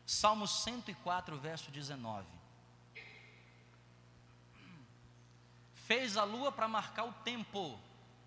Salmo 104, verso 19. Fez a lua para marcar o tempo.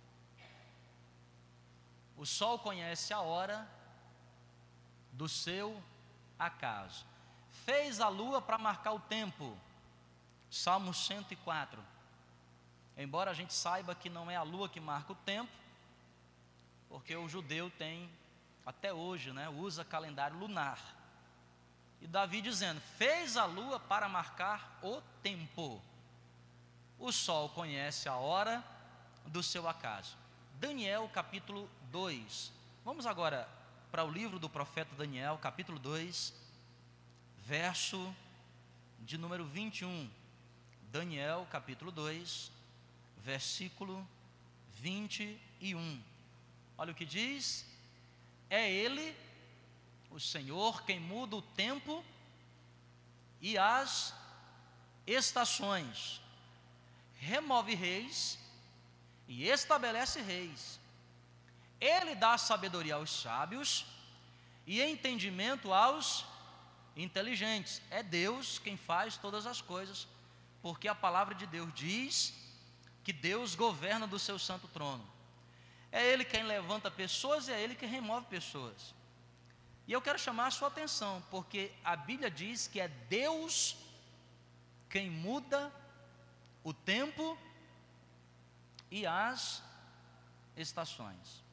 O sol conhece a hora do seu acaso. Fez a lua para marcar o tempo. Salmo 104. Embora a gente saiba que não é a lua que marca o tempo, porque o judeu tem, até hoje, usa calendário lunar. E Davi dizendo, fez a lua para marcar o tempo. O sol conhece a hora do seu acaso. Daniel capítulo 2. Vamos agora para o livro do profeta Daniel, capítulo 2, verso de número 21. Daniel capítulo 2, versículo 21. Olha o que diz: é Ele, o Senhor, quem muda o tempo e as estações, remove reis e estabelece reis. Ele dá sabedoria aos sábios e entendimento aos inteligentes. É Deus quem faz todas as coisas, porque a palavra de Deus diz que Deus governa do seu santo trono. É Ele quem levanta pessoas e é Ele quem remove pessoas. E eu quero chamar a sua atenção, porque a Bíblia diz que é Deus quem muda o tempo e as estações.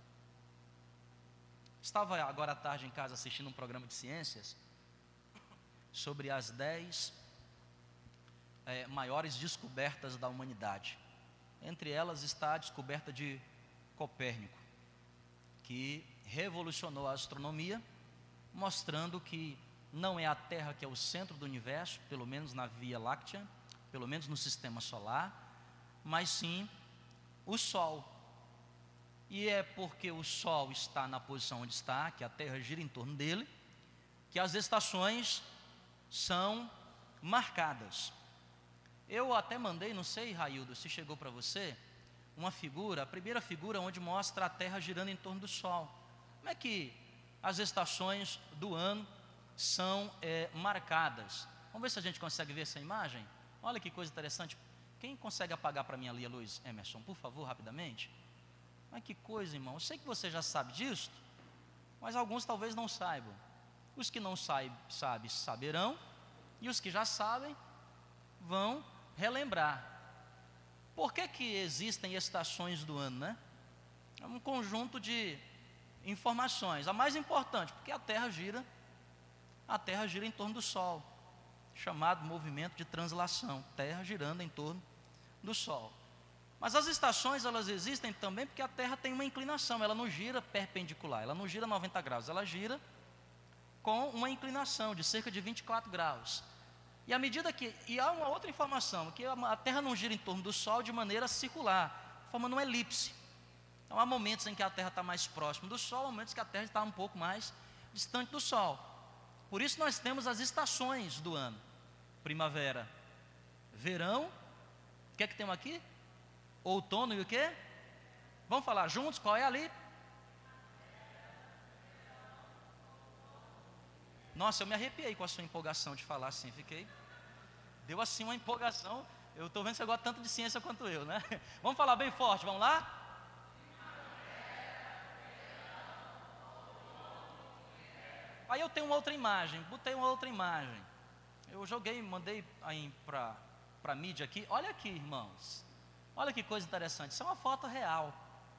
Estava agora à tarde em casa assistindo um programa de ciências sobre as 10 maiores descobertas da humanidade. Entre elas está a descoberta de Copérnico, que revolucionou a astronomia, mostrando que não é a Terra que é o centro do universo, pelo menos na Via Láctea, pelo menos no sistema solar, mas sim o Sol. E é porque o Sol está na posição onde está, que a Terra gira em torno dele, que as estações são marcadas. Eu até mandei, não sei, Raildo, se chegou para você, uma figura, a primeira figura onde mostra a Terra girando em torno do Sol. Como é que as estações do ano são marcadas? Vamos ver se a gente consegue ver essa imagem? Olha que coisa interessante. Quem consegue apagar para mim ali a luz, Emerson, por favor, rapidamente? Mas que coisa, irmão. Eu sei que você já sabe disso, mas alguns talvez não saibam. Os que não sabem, saberão, e os que já sabem, vão relembrar. Por que existem estações do ano, É um conjunto de informações. A mais importante, porque a Terra gira em torno do Sol, chamado movimento de translação, Terra girando em torno do Sol. Mas as estações, elas existem também porque a Terra tem uma inclinação, ela não gira perpendicular, ela não gira 90 graus, ela gira com uma inclinação de cerca de 24 graus. E à medida que, e há uma outra informação, que a Terra não gira em torno do Sol de maneira circular, formando uma elipse. Então há momentos em que a Terra está mais próxima do Sol, há momentos que a Terra está um pouco mais distante do Sol. Por isso nós temos as estações do ano: primavera, verão, o que é que temos aqui? Outono e o quê? Vamos falar juntos, qual é ali? Nossa, eu me arrepiei com a sua empolgação de falar assim, deu assim uma empolgação. Eu estou vendo que você gosta tanto de ciência quanto eu, Vamos falar bem forte, vamos lá? Aí eu tenho uma outra imagem, botei uma outra imagem. Eu mandei aí para a mídia aqui. Olha aqui, irmãos. Olha que coisa interessante, isso é uma foto real.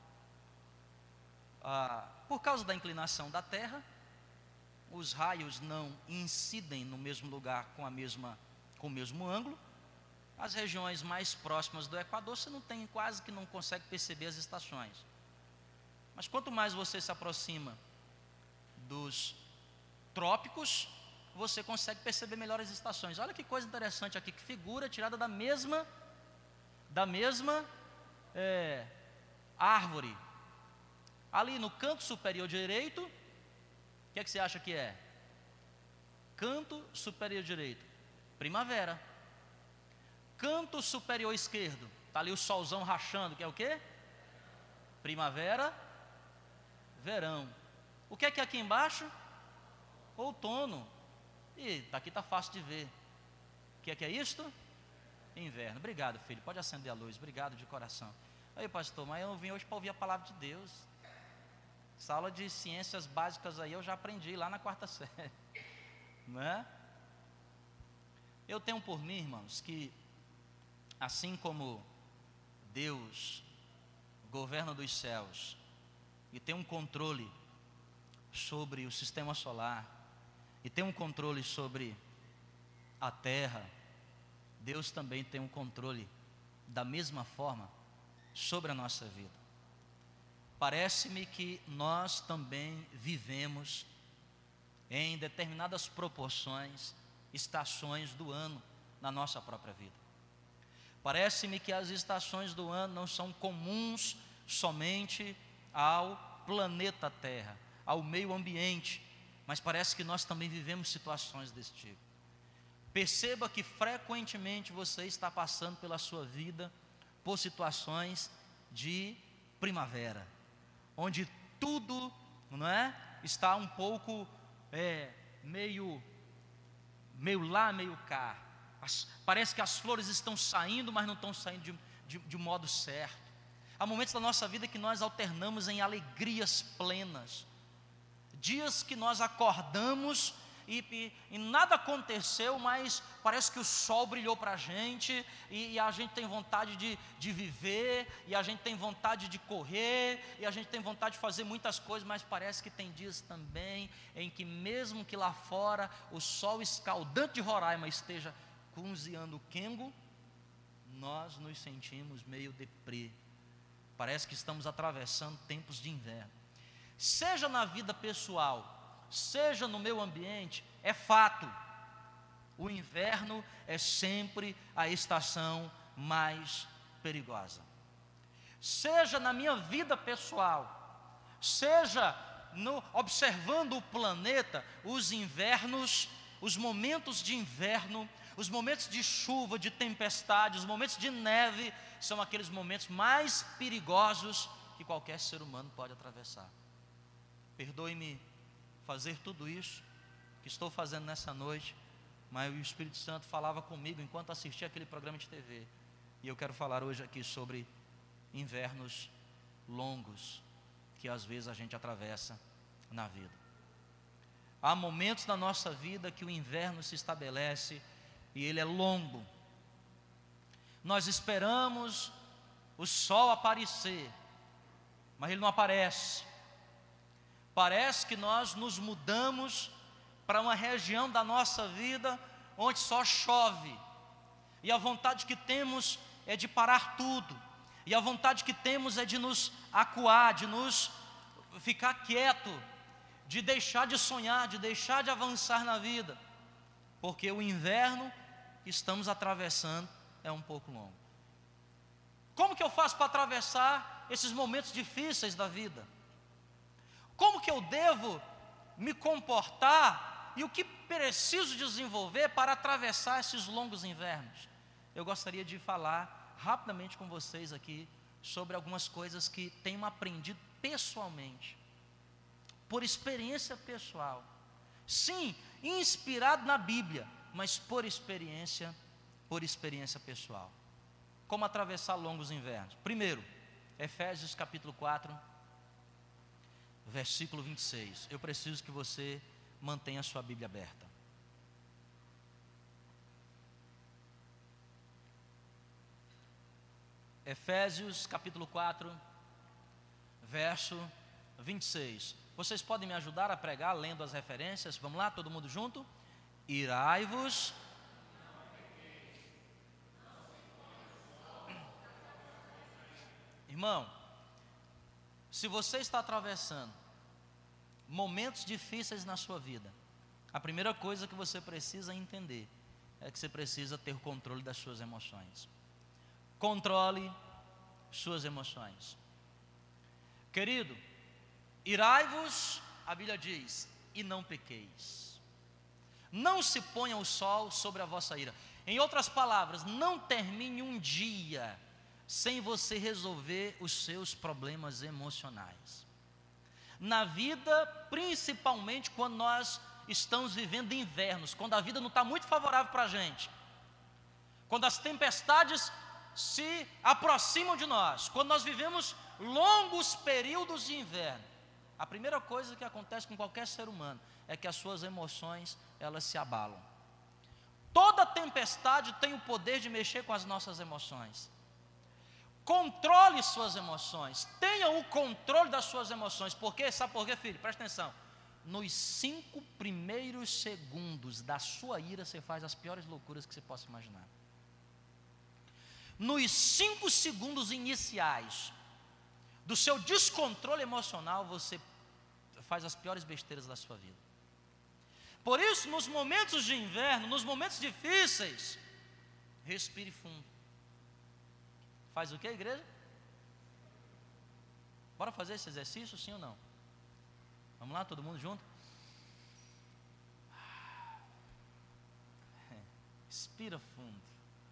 Por causa da inclinação da Terra, os raios não incidem no mesmo lugar com o mesmo ângulo. As regiões mais próximas do Equador, você quase que não consegue perceber as estações. Mas quanto mais você se aproxima dos trópicos, você consegue perceber melhor as estações. Olha que coisa interessante aqui, que figura tirada da mesma árvore. Ali no canto superior direito, o que é que você acha que é? Canto superior direito, primavera. Canto superior esquerdo, está ali o solzão rachando, que é o quê? Primavera, verão. O que é aqui embaixo? Outono. E aqui está fácil de ver. O que é isto? Inverno. Obrigado, filho, pode acender a luz, obrigado de coração. Aí, pastor, mas eu vim hoje para ouvir a palavra de Deus. Essa aula de ciências básicas aí eu já aprendi lá na 4ª série, né? Eu tenho por mim, irmãos, que assim como Deus governa dos céus e tem um controle sobre o sistema solar e tem um controle sobre a terra, Deus também tem um controle da mesma forma sobre a nossa vida. Parece-me que nós também vivemos em determinadas proporções, estações do ano na nossa própria vida. Parece-me que as estações do ano não são comuns somente ao planeta Terra, ao meio ambiente, mas parece que nós também vivemos situações desse tipo. Perceba que frequentemente você está passando pela sua vida por situações de primavera, onde tudo, não é, está um pouco meio lá, meio cá. Parece que as flores estão saindo, mas não estão saindo de modo certo. Há momentos da nossa vida que nós alternamos em alegrias plenas, dias que nós acordamos e nada aconteceu, mas parece que o sol brilhou para a gente, e a gente tem vontade de viver, e a gente tem vontade de correr, e a gente tem vontade de fazer muitas coisas, mas parece que tem dias também em que mesmo que lá fora o sol escaldante de Roraima esteja cozinhando o quengo, nós nos sentimos meio deprê, parece que estamos atravessando tempos de inverno. Seja na vida pessoal, seja no meio ambiente, é fato, o inverno é sempre a estação mais perigosa. Seja na minha vida pessoal, seja observando o planeta, os invernos, os momentos de inverno, os momentos de chuva, de tempestade, os momentos de neve, são aqueles momentos mais perigosos que qualquer ser humano pode atravessar. Perdoe-me fazer tudo isso que estou fazendo nessa noite, mas o Espírito Santo falava comigo enquanto assistia aquele programa de TV, e eu quero falar hoje aqui sobre invernos longos que às vezes a gente atravessa na vida. Há momentos na nossa vida que o inverno se estabelece e ele é longo. Nós esperamos o sol aparecer, mas ele não aparece. Parece que nós nos mudamos para uma região da nossa vida onde só chove, e a vontade que temos é de parar tudo, e a vontade que temos é de nos acuar, de nos ficar quieto, de deixar de sonhar, de deixar de avançar na vida, porque o inverno que estamos atravessando é um pouco longo. Como que eu faço para atravessar esses momentos difíceis da vida? Como que eu devo me comportar e o que preciso desenvolver para atravessar esses longos invernos? Eu gostaria de falar rapidamente com vocês aqui sobre algumas coisas que tenho aprendido pessoalmente, por experiência pessoal. Sim, inspirado na Bíblia, mas por experiência pessoal. Como atravessar longos invernos? Primeiro, Efésios capítulo 4, versículo 26. Eu preciso que você mantenha a sua Bíblia aberta. Efésios capítulo 4, verso 26. Vocês podem me ajudar a pregar lendo as referências? Vamos lá, todo mundo junto? Irai-vos. Irmão, se você está atravessando momentos difíceis na sua vida, a primeira coisa que você precisa entender é que você precisa ter o controle das suas emoções. Controle suas emoções. Querido, irai-vos, a Bíblia diz, e não pequeis. Não se ponha o sol sobre a vossa ira. Em outras palavras, não termine um dia sem você resolver os seus problemas emocionais. Na vida, principalmente quando nós estamos vivendo invernos, quando a vida não está muito favorável para a gente, quando as tempestades se aproximam de nós, quando nós vivemos longos períodos de inverno, a primeira coisa que acontece com qualquer ser humano é que as suas emoções, elas se abalam. Toda tempestade tem o poder de mexer com as nossas emoções. Controle suas emoções, tenha o controle das suas emoções. Por quê? Sabe por quê, filho? Presta atenção. Nos 5 primeiros segundos da sua ira, você faz as piores loucuras que você possa imaginar. Nos 5 segundos iniciais do seu descontrole emocional, você faz as piores besteiras da sua vida. Por isso, nos momentos de inverno, nos momentos difíceis, respire fundo. Faz o que, igreja? Bora fazer esse exercício, sim ou não? Vamos lá, todo mundo junto? Respira fundo.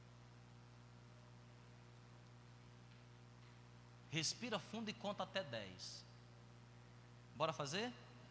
Respira fundo e conta até 10. Bora fazer?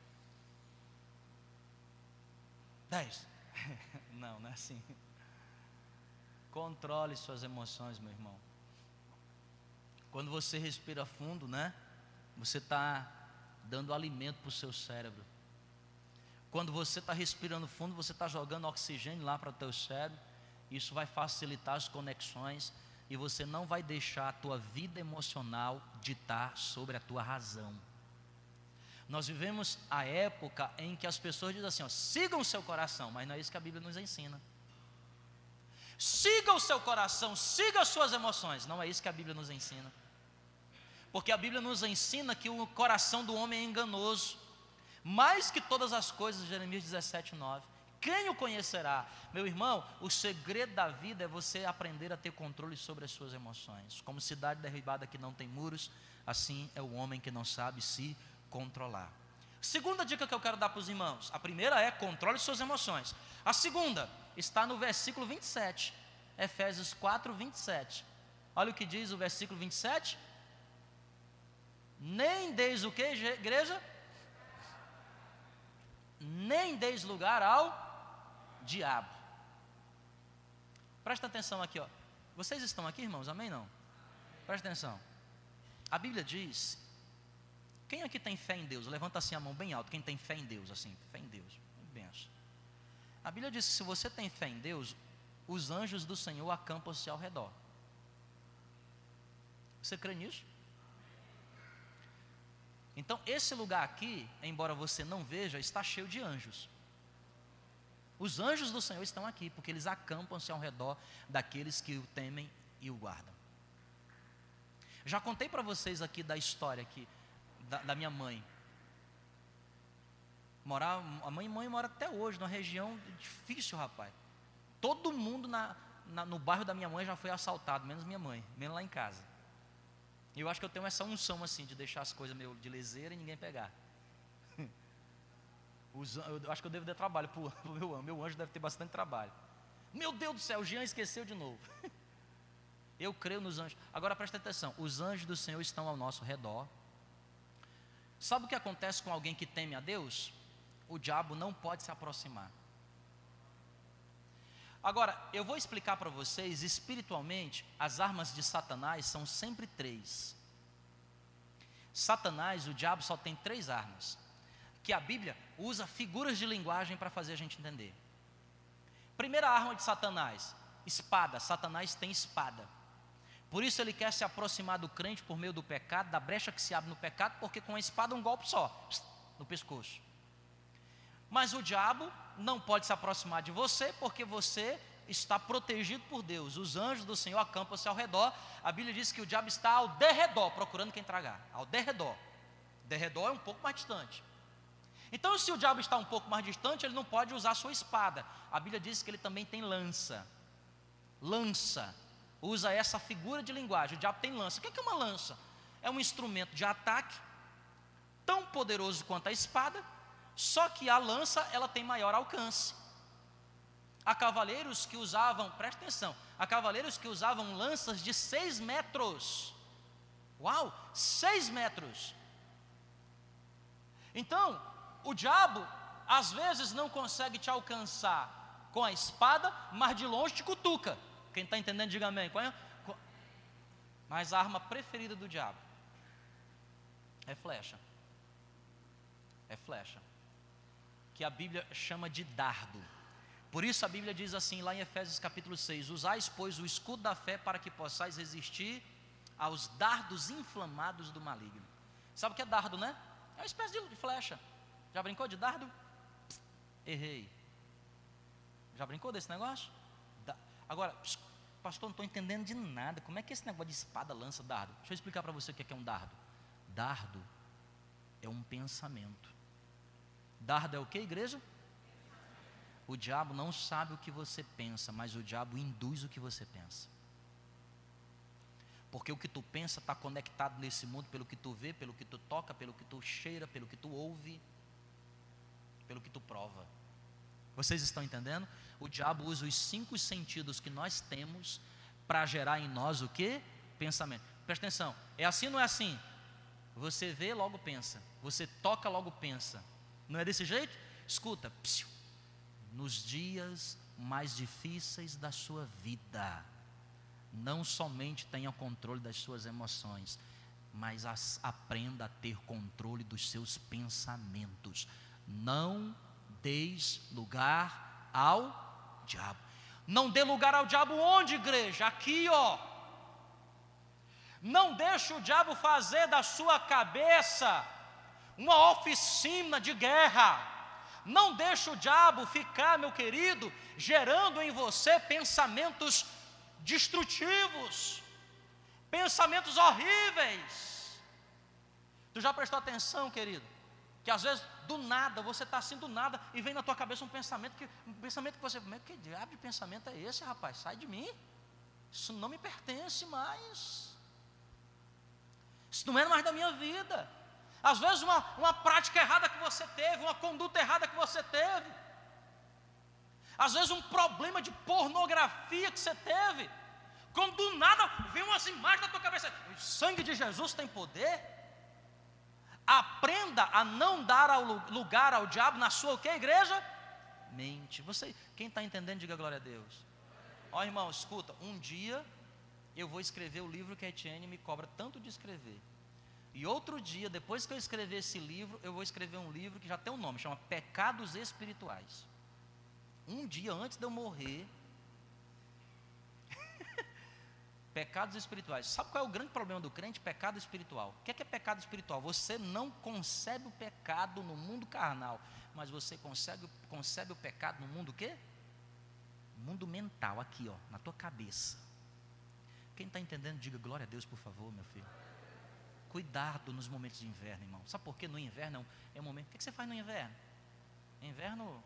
10. Não, não é assim. Controle suas emoções, meu irmão. Quando você respira fundo, né? Você está dando alimento para o seu cérebro. Quando você está respirando fundo, você está jogando oxigênio lá para o teu cérebro. Isso vai facilitar as conexões e você não vai deixar a tua vida emocional ditar sobre a tua razão. Nós vivemos a época em que as pessoas dizem assim, ó, sigam o seu coração, mas não é isso que a Bíblia nos ensina. Siga o seu coração, siga as suas emoções, não é isso que a Bíblia nos ensina. Porque a Bíblia nos ensina que o coração do homem é enganoso, mais que todas as coisas, Jeremias 17:9. Quem o conhecerá? Meu irmão, o segredo da vida é você aprender a ter controle sobre as suas emoções. Como cidade derribada que não tem muros, assim é o homem que não sabe se controlar. Segunda dica que eu quero dar para os irmãos. A primeira é controle suas emoções. A segunda está no versículo 27, Efésios 4:27. Olha o que diz o versículo 27. Nem deis o que, igreja? Nem deis lugar ao diabo. Presta atenção aqui, ó. Vocês estão aqui, irmãos? Amém? Não? Presta atenção. A Bíblia diz, quem aqui tem fé em Deus? Levanta assim a mão bem alto. Quem tem fé em Deus, assim, fé em Deus. Benção. A Bíblia diz que se você tem fé em Deus, os anjos do Senhor acampam-se ao redor. Você crê nisso? Então, esse lugar aqui, embora você não veja, está cheio de anjos. Os anjos do Senhor estão aqui, porque eles acampam-se ao redor daqueles que o temem e o guardam. Já contei para vocês aqui da história aqui, da minha mãe. A mãe mora até hoje, numa região difícil, rapaz. Todo mundo no bairro da minha mãe já foi assaltado, menos minha mãe, menos lá em casa. E eu acho que eu tenho essa unção assim, de deixar as coisas meio de leseira e ninguém pegar. Eu acho que eu devo ter trabalho para o meu anjo deve ter bastante trabalho. Meu Deus do céu, o Jean esqueceu de novo. Eu creio nos anjos. Agora presta atenção, os anjos do Senhor estão ao nosso redor. Sabe o que acontece com alguém que teme a Deus? O diabo não pode se aproximar. Agora, eu vou explicar para vocês, espiritualmente, as armas de Satanás são sempre 3. Satanás, o diabo, só tem 3 armas, que a Bíblia usa figuras de linguagem para fazer a gente entender. Primeira arma de Satanás, espada. Satanás tem espada. Por isso ele quer se aproximar do crente por meio do pecado, da brecha que se abre no pecado, porque com a espada um golpe só, no pescoço. Mas o diabo não pode se aproximar de você, porque você está protegido por Deus. Os anjos do Senhor acampam-se ao redor. A Bíblia diz que o diabo está ao derredor, procurando quem tragar. Ao derredor. Derredor é um pouco mais distante. Então, se o diabo está um pouco mais distante, ele não pode usar a sua espada. A Bíblia diz que ele também tem lança. Lança. Usa essa figura de linguagem. O diabo tem lança. O que é uma lança? É um instrumento de ataque, tão poderoso quanto a espada, só que a lança, ela tem maior alcance. Há cavaleiros que usavam, presta atenção, há cavaleiros que usavam lanças de 6 metros. Uau, 6 metros. Então, o diabo, às vezes não consegue te alcançar com a espada, mas de longe te cutuca. Quem está entendendo, diga amém. Mas a arma preferida do diabo é flecha. É flecha, que a Bíblia chama de dardo. Por isso a Bíblia diz assim, lá em Efésios capítulo 6, usais, pois, o escudo da fé para que possais resistir aos dardos inflamados do maligno. Sabe o que é dardo, né? É uma espécie de flecha. Já brincou de dardo? Errei. Já brincou desse negócio? Agora, pastor, não estou entendendo de nada. Como é que esse negócio de espada lança dardo? Deixa eu explicar para você o que é um dardo. Dardo é um pensamento. Dardo é o que, igreja? O diabo não sabe o que você pensa, mas o diabo induz o que você pensa. Porque o que tu pensa está conectado nesse mundo pelo que tu vê, pelo que tu toca, pelo que tu cheira, pelo que tu ouve, pelo que tu prova. Vocês estão entendendo? O diabo usa os 5 sentidos que nós temos para gerar em nós o que? Pensamento. Presta atenção, é assim ou não é assim? Você vê, logo pensa. Você toca, logo pensa. Não é desse jeito? Escuta, psiu. Nos dias mais difíceis da sua vida, não somente tenha controle das suas emoções, mas aprenda a ter controle dos seus pensamentos. Não deis lugar ao diabo. Não dê lugar ao diabo onde, igreja? Aqui, ó. Não deixe o diabo fazer da sua cabeça uma oficina de guerra. Não deixe o diabo ficar, meu querido, gerando em você pensamentos destrutivos, pensamentos horríveis. Tu já prestou atenção, querido? Que às vezes, do nada, você está assim do nada e vem na tua cabeça um pensamento que você, mas que diabo de pensamento é esse, rapaz? Sai de mim, isso não me pertence mais, isso não é mais da minha vida. Às vezes uma prática errada que você teve, uma conduta errada que você teve, às vezes um problema de pornografia que você teve, quando do nada vem umas imagens na tua cabeça, o sangue de Jesus tem poder. Aprenda a não dar lugar ao diabo na sua o que, igreja? Mente. Quem está entendendo, diga glória a Deus. Ó irmão, escuta, um dia eu vou escrever o livro que a Etienne me cobra tanto de escrever. E outro dia, depois que eu escrever esse livro, eu vou escrever um livro que já tem um nome, chama Pecados Espirituais. Um dia antes de eu morrer, pecados espirituais. Sabe qual é o grande problema do crente? Pecado espiritual. O que é pecado espiritual? Você não concebe o pecado no mundo carnal, mas você concebe o pecado no mundo o quê? Mundo mental, aqui, ó, na tua cabeça. Quem está entendendo, diga glória a Deus, por favor, meu filho. Cuidado nos momentos de inverno, irmão. Sabe por quê? No inverno é um momento. O que você faz no inverno? Inverno,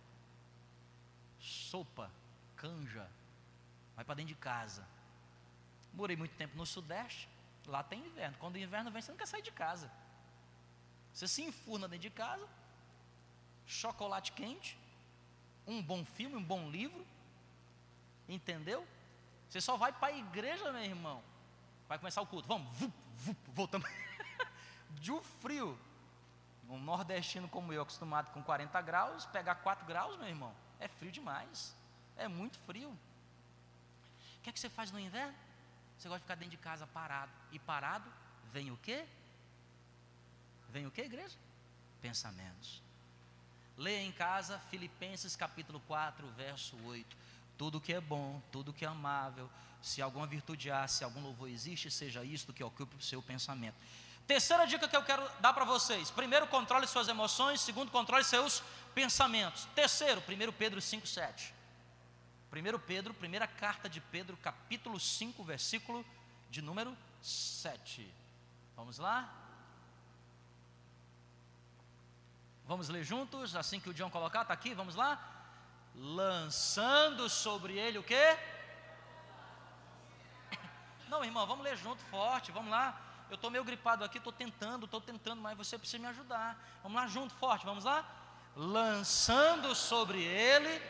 sopa, canja, vai para dentro de casa. Morei muito tempo no Sudeste, lá tem inverno. Quando o inverno vem, você não quer sair de casa. Você se enfurna dentro de casa, chocolate quente, um bom filme, um bom livro, entendeu? Você só vai para a igreja, meu irmão. Vai começar o culto, vamos, voltamos. De um frio, um nordestino como eu, acostumado com 40 graus, pegar 4 graus, meu irmão, é frio demais, é muito frio. O que é que você faz no inverno? Você gosta de ficar dentro de casa parado, e parado vem o quê? Vem o quê, igreja? Pensamentos. Leia em casa Filipenses capítulo 4, verso 8. Tudo que é bom, tudo que é amável, se alguma virtude há, se algum louvor existe, seja isto que ocupe o seu pensamento. Terceira dica que eu quero dar para vocês: primeiro, controle suas emoções. Segundo, controle seus pensamentos. Terceiro, 1 Pedro 5,7. 1 Pedro, primeira carta de Pedro, capítulo 5, versículo de número 7. Vamos lá? Vamos ler juntos, assim que o John colocar, está aqui, vamos lá? Lançando sobre ele o quê? Não, irmão, vamos ler junto, forte, vamos lá. Eu estou meio gripado aqui, estou tentando, mas você precisa me ajudar. Vamos lá junto, forte, vamos lá? Lançando sobre ele.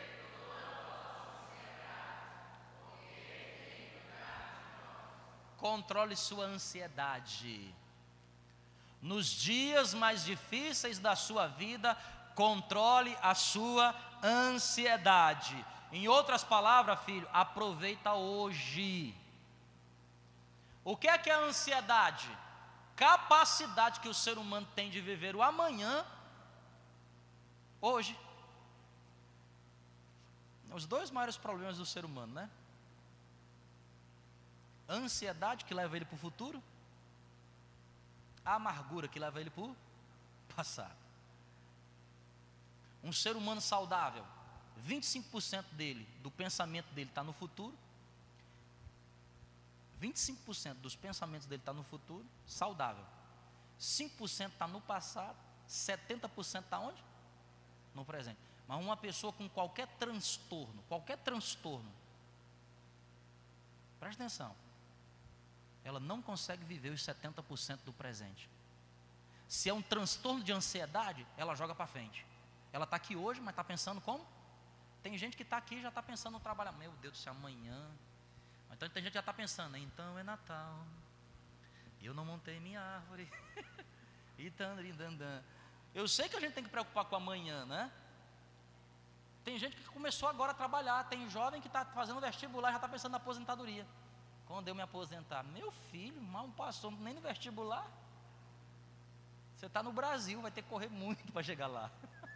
Controle sua ansiedade. Nos dias mais difíceis da sua vida, controle a sua ansiedade. Em outras palavras, filho, aproveita hoje. O que é a ansiedade? Capacidade que o ser humano tem de viver o amanhã, hoje. Os dois maiores problemas do ser humano, né? A ansiedade que leva ele para o futuro, a amargura que leva ele para o passado. Um ser humano saudável, 25% dele, do pensamento dele está no futuro. 25% dos pensamentos dele está no futuro, saudável. 5% está no passado, 70% está onde? No presente. Mas uma pessoa com qualquer transtorno, presta atenção, ela não consegue viver os 70% do presente. Se é um transtorno de ansiedade, ela joga para frente. Ela está aqui hoje, mas está pensando como? Tem gente que está aqui e já está pensando no trabalho. Meu Deus do céu, amanhã. Então tem gente que já está pensando, então é Natal, eu não montei minha árvore. Eu sei que a gente tem que preocupar com amanhã, né? Tem gente que começou agora a trabalhar, tem jovem que está fazendo vestibular e já está pensando na aposentadoria. Quando eu me aposentar, meu filho, mal não passou nem no vestibular. Você está no Brasil, vai ter que correr muito para chegar lá.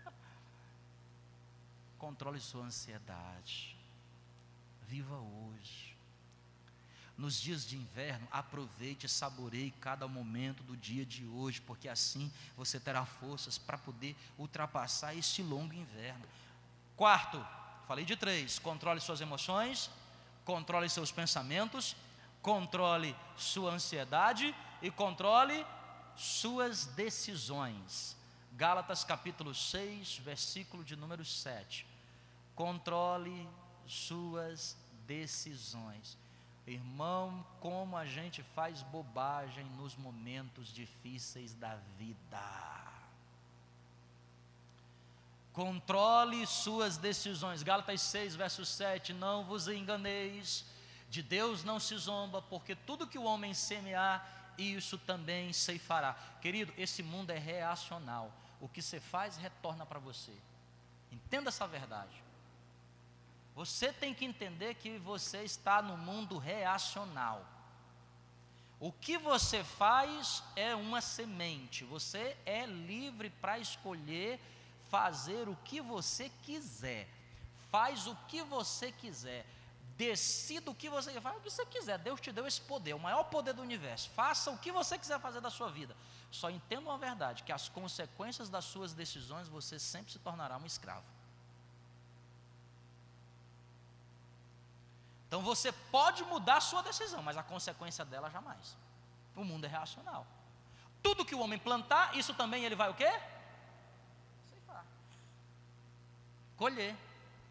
Controle sua ansiedade. Viva hoje. Nos dias de inverno, aproveite e saboreie cada momento do dia de hoje, porque assim você terá forças para poder ultrapassar este longo inverno. Quarto, falei de 3, controle suas emoções, controle seus pensamentos, controle sua ansiedade e controle suas decisões. Gálatas capítulo 6, versículo de número 7. Controle suas decisões. Irmão, como a gente faz bobagem nos momentos difíceis da vida. Controle suas decisões. Gálatas 6, verso 7. Não vos enganeis, de Deus não se zomba, porque tudo que o homem semear, isso também ceifará. Querido, esse mundo é reacional. O que você faz, retorna para você. Entenda essa verdade. Você tem que entender que você está no mundo reacional. O que você faz é uma semente. Você é livre para escolher fazer o que você quiser. Faz o que você quiser. Decida o que você quer. Faz o que você quiser. Deus te deu esse poder, o maior poder do universo. Faça o que você quiser fazer da sua vida. Só entenda uma verdade, que as consequências das suas decisões, você sempre se tornará um escravo. Então você pode mudar a sua decisão, mas a consequência dela jamais. O mundo é reacional. Tudo que o homem plantar, isso também ele vai o quê? Ceifar. Colher.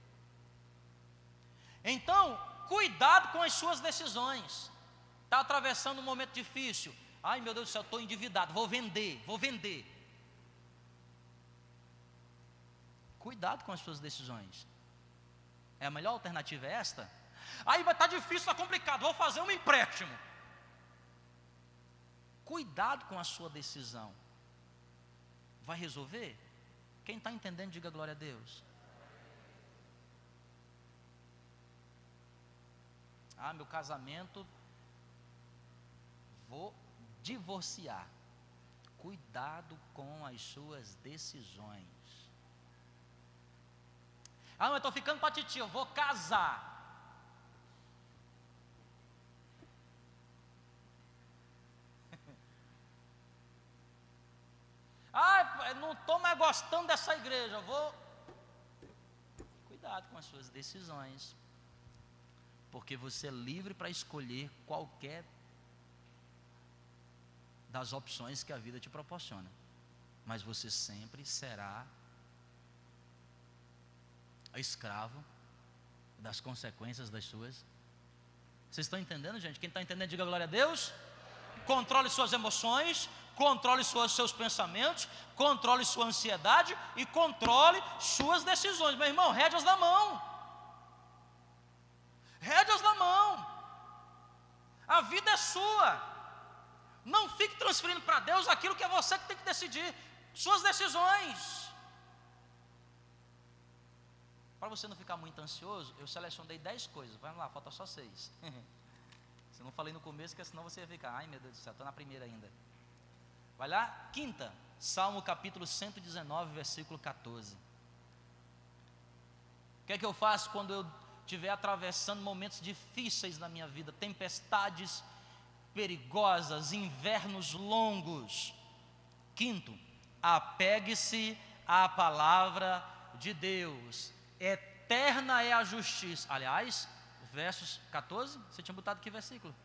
Então, cuidado com as suas decisões. Está atravessando um momento difícil. Ai meu Deus do céu, estou endividado, vou vender. Cuidado com as suas decisões. A melhor alternativa é esta? Aí vai estar difícil, está complicado, vou fazer um empréstimo. Cuidado com a sua decisão. Vai resolver? Quem está entendendo, diga glória a Deus. Meu casamento, vou divorciar. Cuidado com as suas decisões. Mas eu estou ficando para titia, eu vou casar. Não estou mais gostando dessa igreja, eu vou. Cuidado com as suas decisões. Porque você é livre para escolher qualquer das opções que a vida te proporciona. Mas você sempre será escravo das consequências das suas. Vocês estão entendendo, gente? Quem está entendendo, diga glória a Deus. Controle suas emoções, controle seus pensamentos, controle sua ansiedade e controle suas decisões. Meu irmão, rédeas na mão. Rédeas na mão. A vida é sua. Não fique transferindo para Deus aquilo que é você que tem que decidir. Suas decisões. para você não ficar muito ansioso, eu selecionei 10 coisas. Vamos lá, falta só 6. Se eu não falei no começo, porque senão você ia ficar, ai meu Deus do céu, estou na primeira ainda. Vai lá, quinta, Salmo capítulo 119, versículo 14. O que é que eu faço quando eu estiver atravessando momentos difíceis na minha vida, tempestades perigosas, invernos longos? Quinto, apegue-se à palavra de Deus, eterna é a justiça. Aliás, versos 14, você tinha botado que versículo?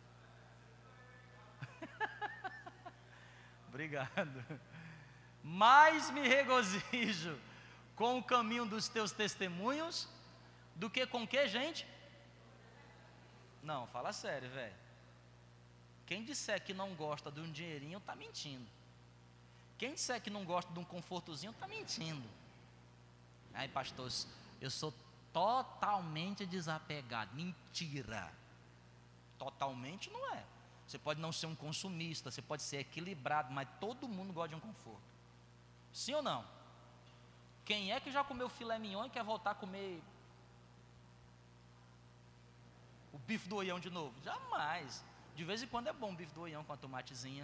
Obrigado. Mais me regozijo com o caminho dos teus testemunhos do que com que, gente? Não, fala sério, velho. Quem disser que não gosta de um dinheirinho, está mentindo. Quem disser que não gosta de um confortozinho, está mentindo. Aí, pastor, eu sou totalmente desapegado. Mentira. Totalmente não é. Você pode não ser um consumista, você pode ser equilibrado, mas todo mundo gosta de um conforto. Sim ou não? Quem é que já comeu filé mignon e quer voltar a comer o bife do oião de novo? Jamais. De vez em quando é bom o bife do oião com a tomatezinha.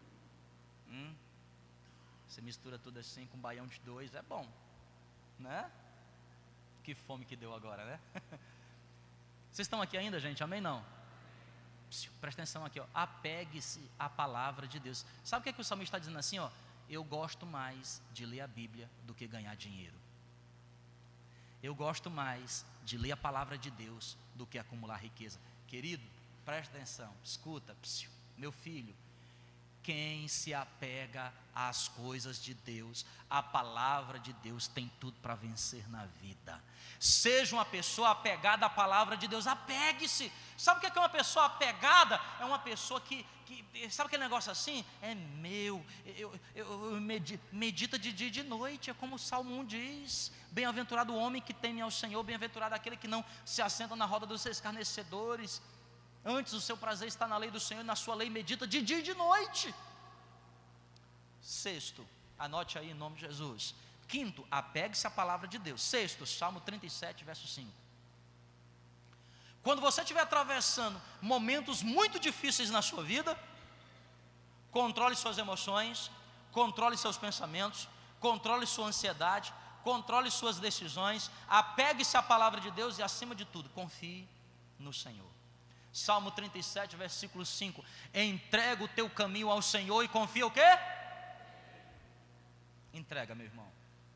Você mistura tudo assim com baião de 2, é bom, né? Que fome que deu agora, né? Vocês estão aqui ainda, gente? Amém? Não? Presta atenção aqui, ó. Apegue-se à palavra de Deus. Sabe o que o salmista está dizendo assim, ó? Eu gosto mais de ler a Bíblia do que ganhar dinheiro. Eu gosto mais de ler a palavra de Deus do que acumular riqueza. Querido, presta atenção, escuta, meu filho. Quem se apega às coisas de Deus, a palavra de Deus tem tudo para vencer na vida. Seja uma pessoa apegada à palavra de Deus, apegue-se. Sabe o que é uma pessoa apegada? É uma pessoa que sabe aquele negócio assim? É meu, eu medita de dia e de noite, é como o Salmo 1 diz: bem-aventurado o homem que teme ao Senhor, bem-aventurado aquele que não se assenta na roda dos escarnecedores. Antes o seu prazer está na lei do Senhor, e na sua lei medita de dia e de noite. Sexto, anote aí em nome de Jesus. Quinto, apegue-se à palavra de Deus. Sexto, Salmo 37, verso 5. Quando você estiver atravessando momentos muito difíceis na sua vida, controle suas emoções, controle seus pensamentos, controle sua ansiedade, controle suas decisões, apegue-se à palavra de Deus e, acima de tudo, confie no Senhor. Salmo 37, versículo 5. Entrega o teu caminho ao Senhor e confia o quê? Entrega, meu irmão.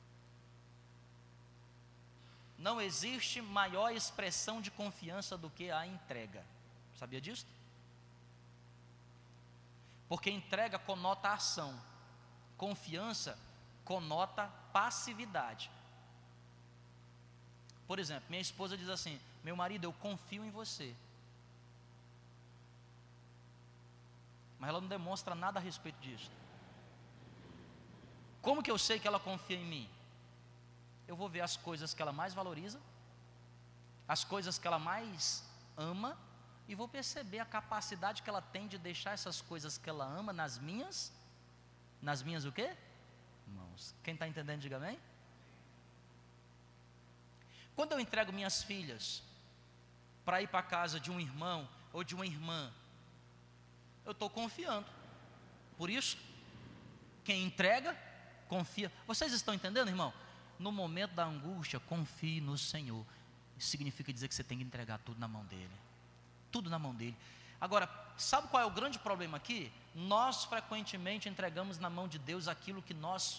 Não existe maior expressão de confiança do que a entrega. Sabia disso? Porque entrega conota ação, confiança conota passividade. Por exemplo, minha esposa diz assim: meu marido, eu confio em você. Mas ela não demonstra nada a respeito disso. Como que eu sei que ela confia em mim? Eu vou ver as coisas que ela mais valoriza, as coisas que ela mais ama, e vou perceber a capacidade que ela tem de deixar essas coisas que ela ama nas minhas o quê? Mãos. Quem está entendendo, diga amém. Quando eu entrego minhas filhas para ir para a casa de um irmão ou de uma irmã, eu estou confiando. Por isso, quem entrega, confia. Vocês estão entendendo, irmão? No momento da angústia, confie no Senhor. Isso significa dizer que você tem que entregar tudo na mão dEle. Tudo na mão dEle. Agora, sabe qual é o grande problema aqui? Nós frequentemente entregamos na mão de Deus aquilo que nós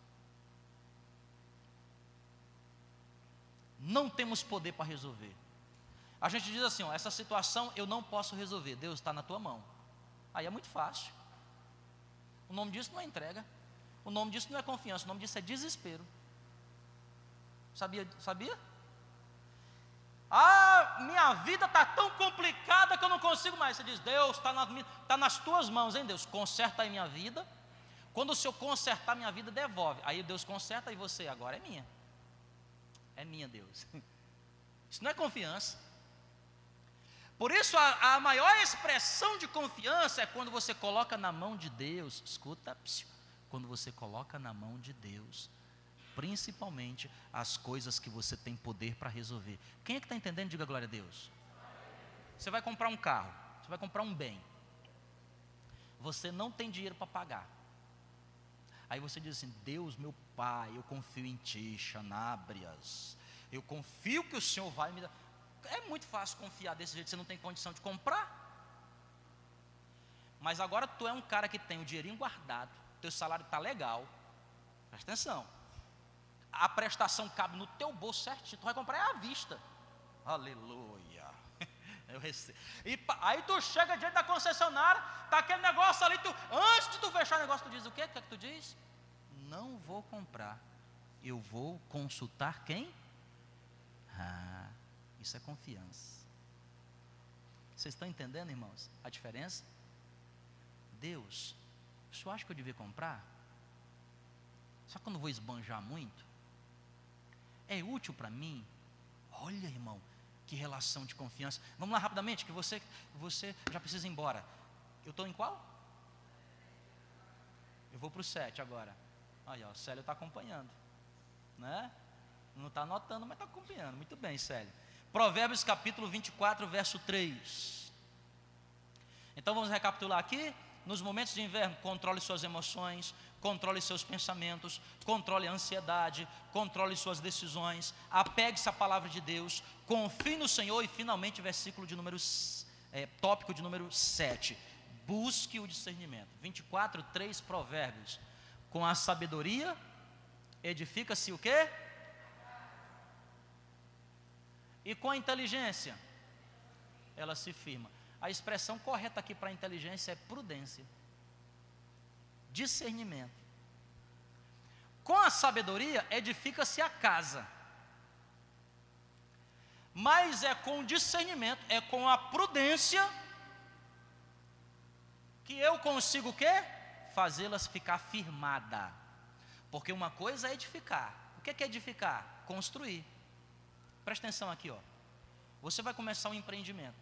não temos poder para resolver. A gente diz assim, ó, essa situação eu não posso resolver, Deus, está na tua mão. Aí é muito fácil. O nome disso não é entrega. O nome disso não é confiança. O nome disso é desespero. Sabia? Ah, minha vida está tão complicada que eu não consigo mais. Você diz: Deus, está nas tuas mãos, hein Deus? Conserta aí minha vida. Quando o Senhor consertar minha vida, devolve. Aí Deus conserta e você, agora é minha. É minha, Deus. Isso não é confiança. Por isso a maior expressão de confiança é quando você coloca na mão de Deus. Escuta, quando você coloca na mão de Deus principalmente as coisas que você tem poder para resolver. Quem é que está entendendo? Diga glória a Deus. Você vai comprar um carro, você vai comprar um bem, você não tem dinheiro para pagar. Aí você diz assim: Deus, meu Pai, eu confio em Ti, Xanábrias, eu confio que o Senhor vai me dar. É muito fácil confiar desse jeito, você não tem condição de comprar. Mas agora tu é um cara que tem o dinheirinho guardado, teu salário está legal, presta atenção, a prestação cabe no teu bolso certinho, tu vai comprar à vista. Aleluia. Eu recebo. Aí tu chega diante da concessionária, está aquele negócio ali, antes de tu fechar o negócio, tu diz o quê? O que é que tu diz? Não vou comprar, eu vou consultar quem? Isso é confiança. Vocês estão entendendo, irmãos, a diferença? Deus, o senhor acha que eu devia comprar? Só que eu não vou esbanjar muito? É útil para mim? Olha, irmão, que relação de confiança. Vamos lá rapidamente, que você já precisa ir embora. Eu estou em qual? Eu vou para o 7 agora. Aí, ó, o Célio está acompanhando, né? Não está anotando, mas está acompanhando. Muito bem, Célio. Provérbios capítulo 24, verso 3. Então vamos recapitular aqui. Nos momentos de inverno, controle suas emoções, controle seus pensamentos, controle a ansiedade, controle suas decisões, apegue-se à palavra de Deus, confie no Senhor. E finalmente, tópico de número 7, busque o discernimento. 24, 3, Provérbios. Com a sabedoria edifica-se o quê? E com a inteligência ela se firma. A expressão correta aqui para inteligência é prudência, discernimento. Com a sabedoria edifica-se a casa, mas é com o discernimento, é com a prudência que eu consigo o quê? Fazê-las ficar firmada. Porque uma coisa é edificar. O que é edificar? Construir. Presta atenção aqui, ó. Você vai começar um empreendimento.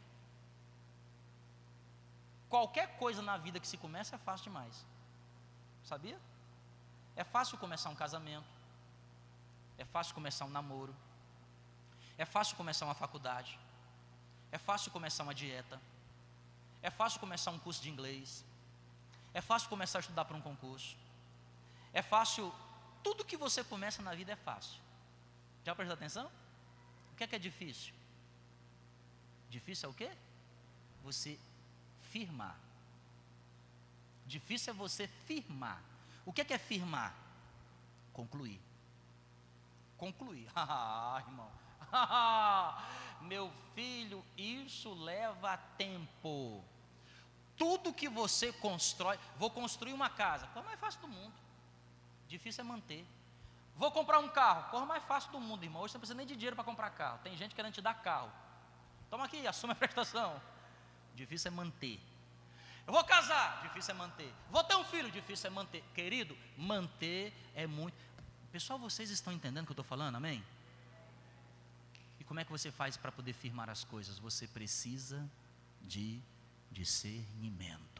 Qualquer coisa na vida que se começa é fácil demais. Sabia? É fácil começar um casamento. É fácil começar um namoro. É fácil começar uma faculdade. É fácil começar uma dieta. É fácil começar um curso de inglês. É fácil começar a estudar para um concurso. É fácil. Tudo que você começa na vida é fácil. Já prestou atenção? O que é difícil? Difícil é o quê? Você firmar. Difícil é você firmar. O que é firmar? Concluir. Concluir. Irmão. Meu filho, isso leva tempo. Tudo que você constrói, vou construir uma casa, coisa mais fácil do mundo. Difícil é manter. Vou comprar um carro, coisa mais fácil do mundo, irmão. Hoje você não precisa nem de dinheiro para comprar carro. Tem gente querendo te dar carro. Toma aqui, assume a prestação. Difícil é manter. Eu vou casar, difícil é manter. Vou ter um filho, difícil é manter. Querido, manter é muito. Pessoal, vocês estão entendendo o que eu estou falando, amém? E como é que você faz para poder firmar as coisas? Você precisa de discernimento.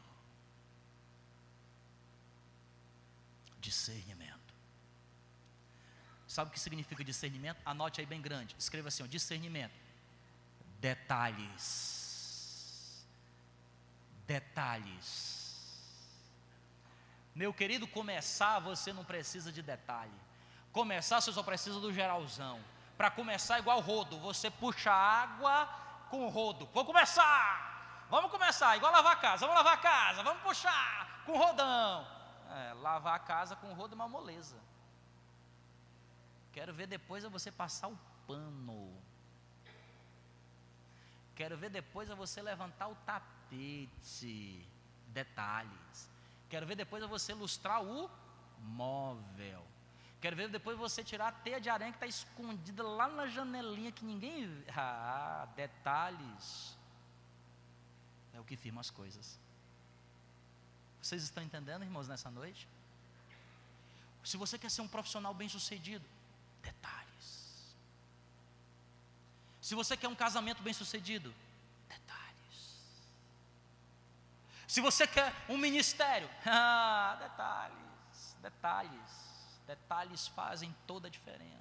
Discernimento. Sabe o que significa discernimento? Anote aí bem grande. Escreva assim, ó, discernimento. Detalhes. Detalhes. Meu querido, começar você não precisa de detalhe. Começar você só precisa do geralzão. Para começar igual rodo, você puxa água com rodo. Vou começar. Vamos começar, igual lavar a casa. Vamos lavar a casa, vamos puxar com rodão. Lavar a casa com rodo é uma moleza. Quero ver depois é você passar o pano. Quero ver depois é você levantar o tapete. Detalhes. Quero ver depois é você lustrar o móvel. Quero ver depois você tirar a teia de aranha que está escondida lá na janelinha que ninguém vê. Detalhes. É o que firma as coisas. Vocês estão entendendo, irmãos, nessa noite? Se você quer ser um profissional bem-sucedido, detalhes. Se você quer um casamento bem-sucedido, detalhes. Se você quer um ministério, detalhes, detalhes. Detalhes fazem toda a diferença.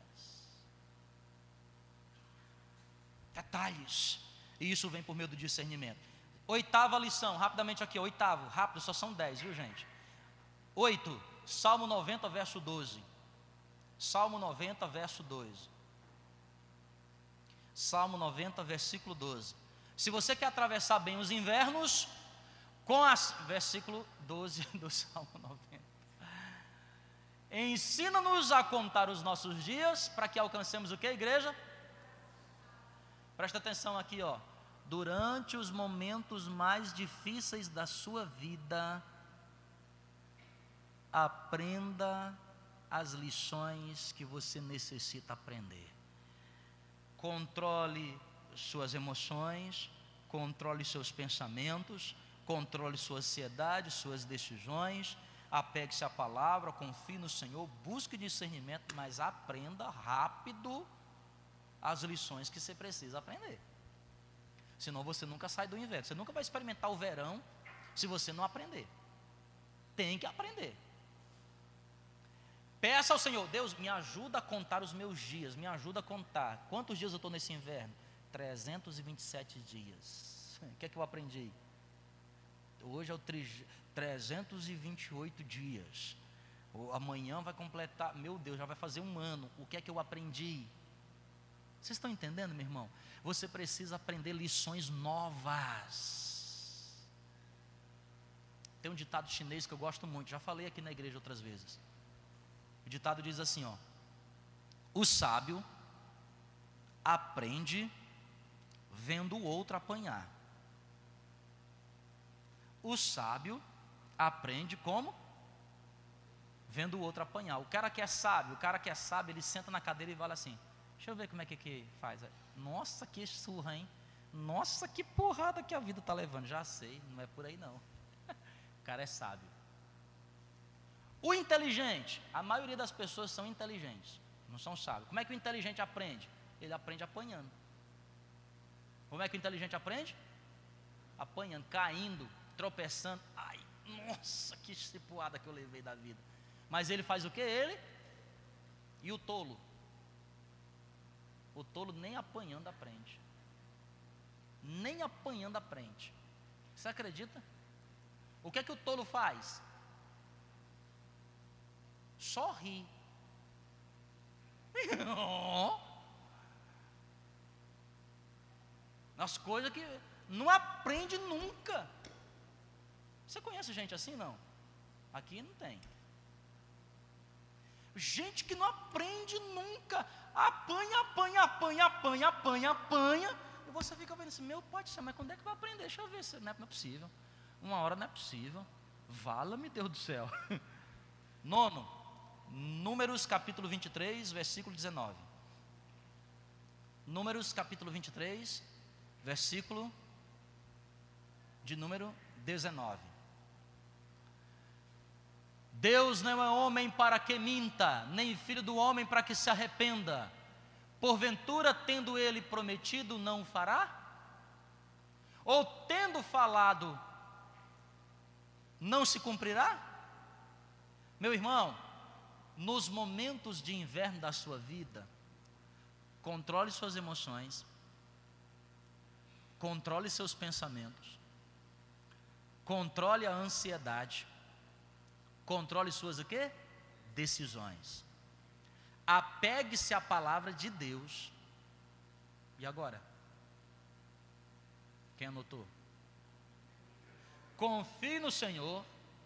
Detalhes. E isso vem por meio do discernimento. Oitava lição, rapidamente aqui, oitavo, rápido, só são 10, viu gente? 8, Salmo 90, verso 12. Salmo 90, verso 12. Salmo 90, versículo 12. Se você quer atravessar bem os invernos, versículo 12 do Salmo 90. Ensina-nos a contar os nossos dias, para que alcancemos o que, igreja? Presta atenção aqui, ó. Durante os momentos mais difíceis da sua vida, aprenda as lições que você necessita aprender. Controle suas emoções, controle seus pensamentos, controle sua ansiedade, suas decisões, apegue-se à palavra, confie no Senhor, busque discernimento, mas aprenda rápido as lições que você precisa aprender. Senão você nunca sai do inverno, você nunca vai experimentar o verão se você não aprender. Tem que aprender. Peça ao Senhor: Deus, me ajuda a contar os meus dias, me ajuda a contar. Quantos dias eu estou nesse inverno? 327 dias. O que é que eu aprendi? Hoje é o 328 dias. Amanhã vai completar, meu Deus, já vai fazer um ano. O que é que eu aprendi? Vocês estão entendendo, meu irmão? Você precisa aprender lições novas. Tem um ditado chinês que eu gosto muito, já falei aqui na igreja outras vezes. O ditado diz assim, ó: o sábio aprende vendo o outro apanhar. O sábio aprende como? Vendo o outro apanhar. O cara que é sábio, ele senta na cadeira e fala assim: deixa eu ver como é que faz. Nossa, que surra, hein? Nossa, que porrada que a vida está levando. Já sei, não é por aí não. O cara é sábio. O inteligente, a maioria das pessoas são inteligentes, não são sábios. Como é que o inteligente aprende? Ele aprende apanhando. Como é que o inteligente aprende? Apanhando, caindo, tropeçando. Ai, nossa, que cipuada que eu levei da vida. Mas ele faz o que? Ele? E o tolo? O tolo nem apanhando aprende. Nem apanhando aprende. Você acredita? O que é que o tolo faz? Só ri. Nas coisas que não aprende nunca. Você conhece gente assim, não? Aqui não tem. Gente que não aprende nunca. Apanha. E você fica vendo assim: meu pai do céu, mas quando é que vai aprender? Deixa eu ver se não é possível. Uma hora não é possível. Vala-me Deus do céu. Nono, Números capítulo 23, versículo 19. Números capítulo 23, versículo de número 19. Deus não é homem para que minta, nem filho do homem para que se arrependa. Porventura, tendo ele prometido, não fará? Ou tendo falado, não se cumprirá? Meu irmão, nos momentos de inverno da sua vida, controle suas emoções, controle seus pensamentos, controle a ansiedade, controle suas o quê? Decisões. Apegue-se à palavra de Deus. E agora? Quem anotou? Confie no Senhor,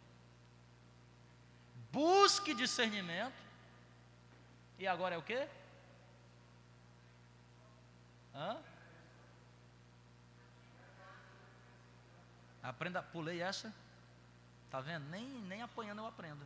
busque discernimento. E agora é o quê? Aprenda, pulei essa. Tá vendo? Nem apanhando eu aprendo,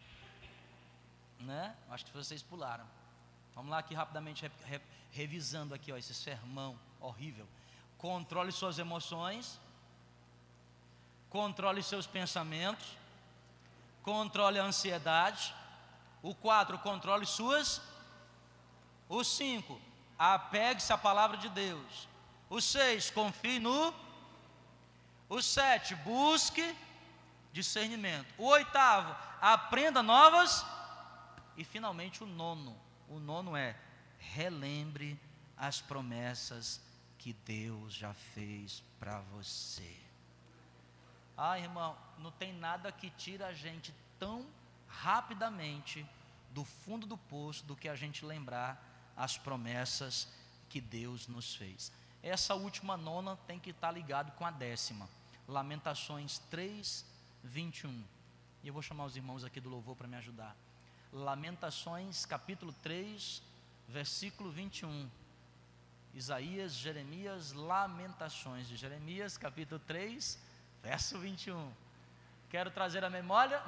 né? Acho que vocês pularam. Vamos lá aqui rapidamente, revisando aqui, ó, esse sermão horrível. Controle suas emoções, controle seus pensamentos, controle a ansiedade. O 4, controle suas. O 5, apegue-se à palavra de Deus. O 6, confie no. O 7, busque discernimento. O 8, aprenda novas E finalmente o nono. O nono é: relembre as promessas que Deus já fez para você. Ah, irmão, não tem nada que tira a gente tão rapidamente do fundo do poço do que a gente lembrar as promessas que Deus nos fez. Essa última nona tem que estar ligado com a décima. Lamentações 3, 21. E eu vou chamar os irmãos aqui do louvor para me ajudar. Lamentações capítulo 3, versículo 21. Isaías, Jeremias, Lamentações de Jeremias, capítulo 3, verso 21. Quero trazer a memória.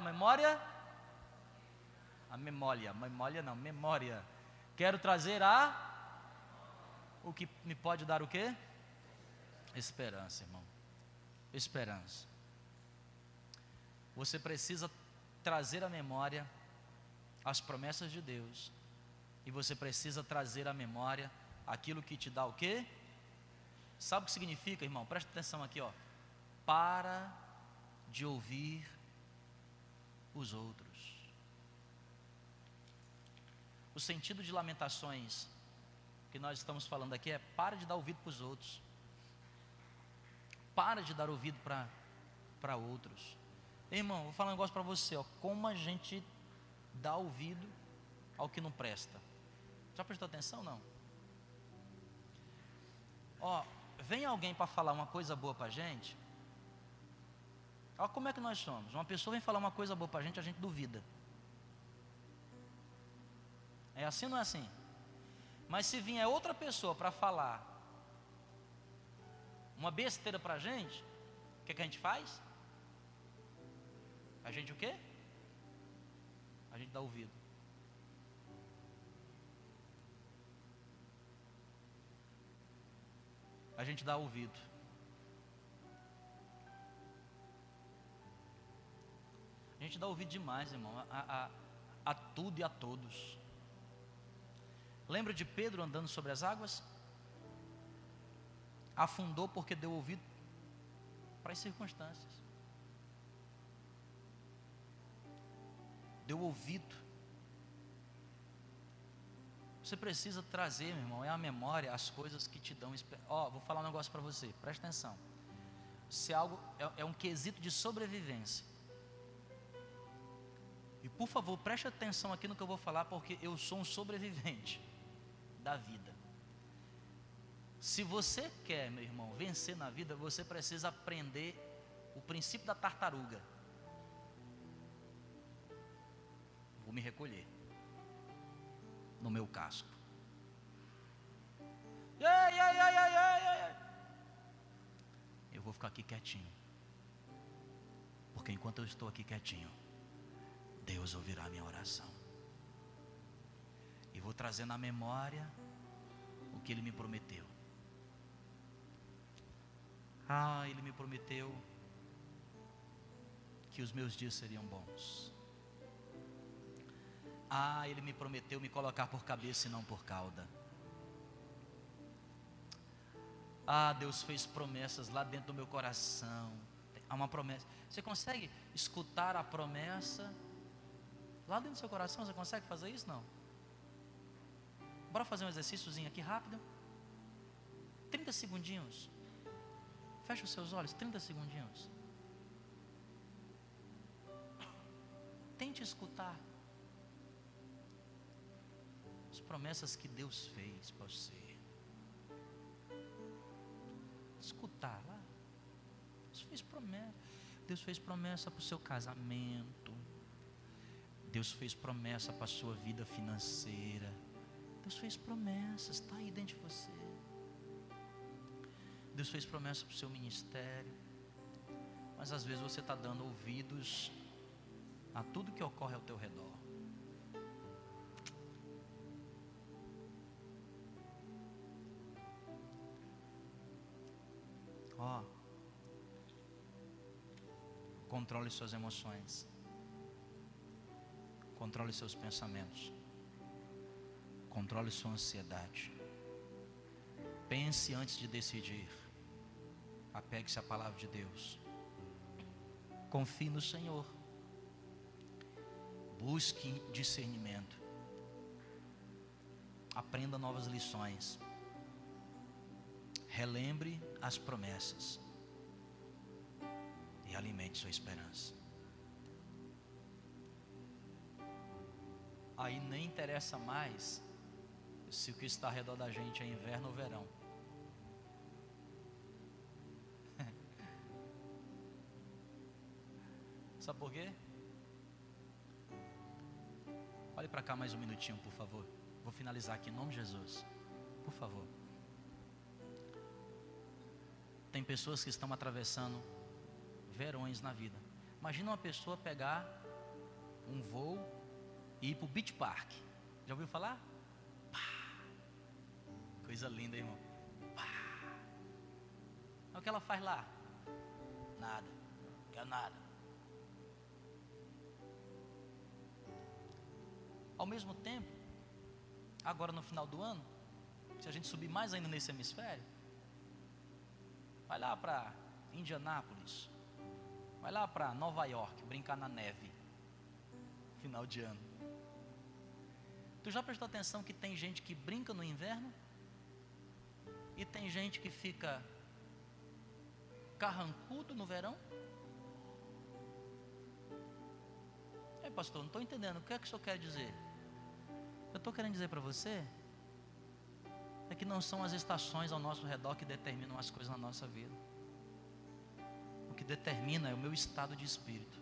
Quero trazer o que me pode dar o quê? Esperança, irmão. Esperança. Você precisa trazer à memória as promessas de Deus. E você precisa trazer à memória aquilo que te dá o quê? Sabe o que significa, irmão? Presta atenção aqui, ó. Para de ouvir os outros. O sentido de Lamentações que nós estamos falando aqui é: para de dar ouvido para os outros. Para de dar ouvido para outros. Irmão, vou falar um negócio para você, ó. Como a gente dá ouvido ao que não presta. Já prestou atenção, não? Ó, vem alguém para falar uma coisa boa para a gente. Olha como é que nós somos. Uma pessoa vem falar uma coisa boa para a gente duvida. É assim ou não é assim? Mas se vier outra pessoa para falar uma besteira para a gente, o que a gente faz? A gente o quê? A gente dá ouvido. A gente dá ouvido. A gente dá ouvido demais, irmão, a tudo e a todos. Lembra de Pedro andando sobre as águas? Afundou porque deu ouvido para as circunstâncias. Deu ouvido. Você precisa trazer, meu irmão, é a memória, as coisas que te dão esperança. Ó, vou falar um negócio para você, presta atenção. Se algo é um quesito de sobrevivência. E por favor, preste atenção aqui no que eu vou falar, porque eu sou um sobrevivente da vida. Se você quer, meu irmão, vencer na vida, você precisa aprender o princípio da tartaruga. Vou me recolher no meu casco. Eu vou ficar aqui quietinho, porque enquanto eu estou aqui quietinho, Deus ouvirá a minha oração. E vou trazer na memória o que Ele me prometeu. Ele me prometeu que os meus dias seriam bons. Ele me prometeu me colocar por cabeça e não por cauda. Deus fez promessas lá dentro do meu coração. Há uma promessa. Você consegue escutar a promessa lá dentro do seu coração? Você consegue fazer isso? Não? Bora fazer um exercíciozinho aqui rápido. 30 segundinhos. Fecha os seus olhos, 30 segundinhos. Tente escutar as promessas que Deus fez para você. Escutar lá. Deus fez promessa para o seu casamento. Deus fez promessa para a sua vida financeira. Deus fez promessas, está aí dentro de você. Deus fez promessa para o seu ministério. Mas às vezes você está dando ouvidos a tudo que ocorre ao teu redor. Controle suas emoções. Controle seus pensamentos. Controle sua ansiedade. Pense antes de decidir. Apegue-se à palavra de Deus. Confie no Senhor. Busque discernimento. aprenda novas lições, relembre as promessas e alimente sua esperança. Aí nem interessa mais se o que está ao redor da gente é inverno ou verão. Sabe por quê? Olhe para cá mais um minutinho, por favor. Vou finalizar aqui em nome de Jesus. Por favor. Tem pessoas que estão atravessando verões na vida. Imagina uma pessoa pegar um voo e ir para o Beach Park. Já ouviu falar? Pá. Coisa linda, irmão. Pá. É o que ela faz lá? Nada. Não quer nada. Ao mesmo tempo, agora no final do ano, se a gente subir mais ainda nesse hemisfério, vai lá para Indianápolis, vai lá para Nova York, brincar na neve, final de ano. Tu já prestou atenção que tem gente que brinca no inverno? E tem gente que fica carrancudo no verão? Ei, pastor, não estou entendendo, o que é que o senhor quer dizer? Eu estou querendo dizer para você é que não são as estações ao nosso redor que determinam as coisas na nossa vida. O que determina é o meu estado de espírito.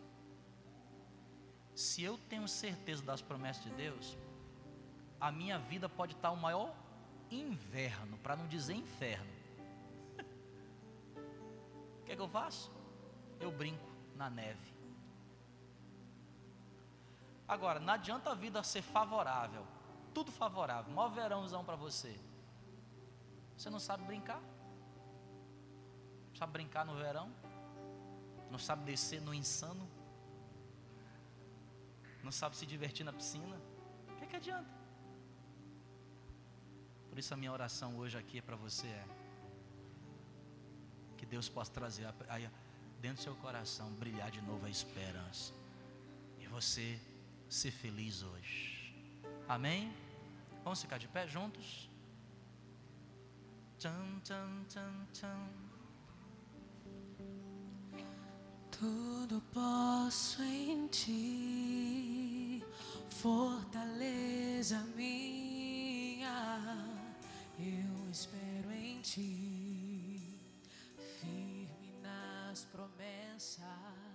Se eu tenho certeza das promessas de Deus, a minha vida pode estar o maior inverno, para não dizer inferno. O que é que eu faço? Eu brinco na neve. Agora, não adianta a vida ser favorável, tudo favorável, maior verãozão para você. Você não sabe brincar? Não sabe brincar no verão? Não sabe descer no insano? Não sabe se divertir na piscina? O que adianta? Por isso a minha oração hoje aqui para você é que Deus possa trazer aí dentro do seu coração, brilhar de novo a esperança. E você ser feliz hoje. Amém? Vamos ficar de pé juntos? Tchan, tchan, tchan, tchan. Tudo posso em ti, fortaleza minha, eu espero em ti, firme nas promessas.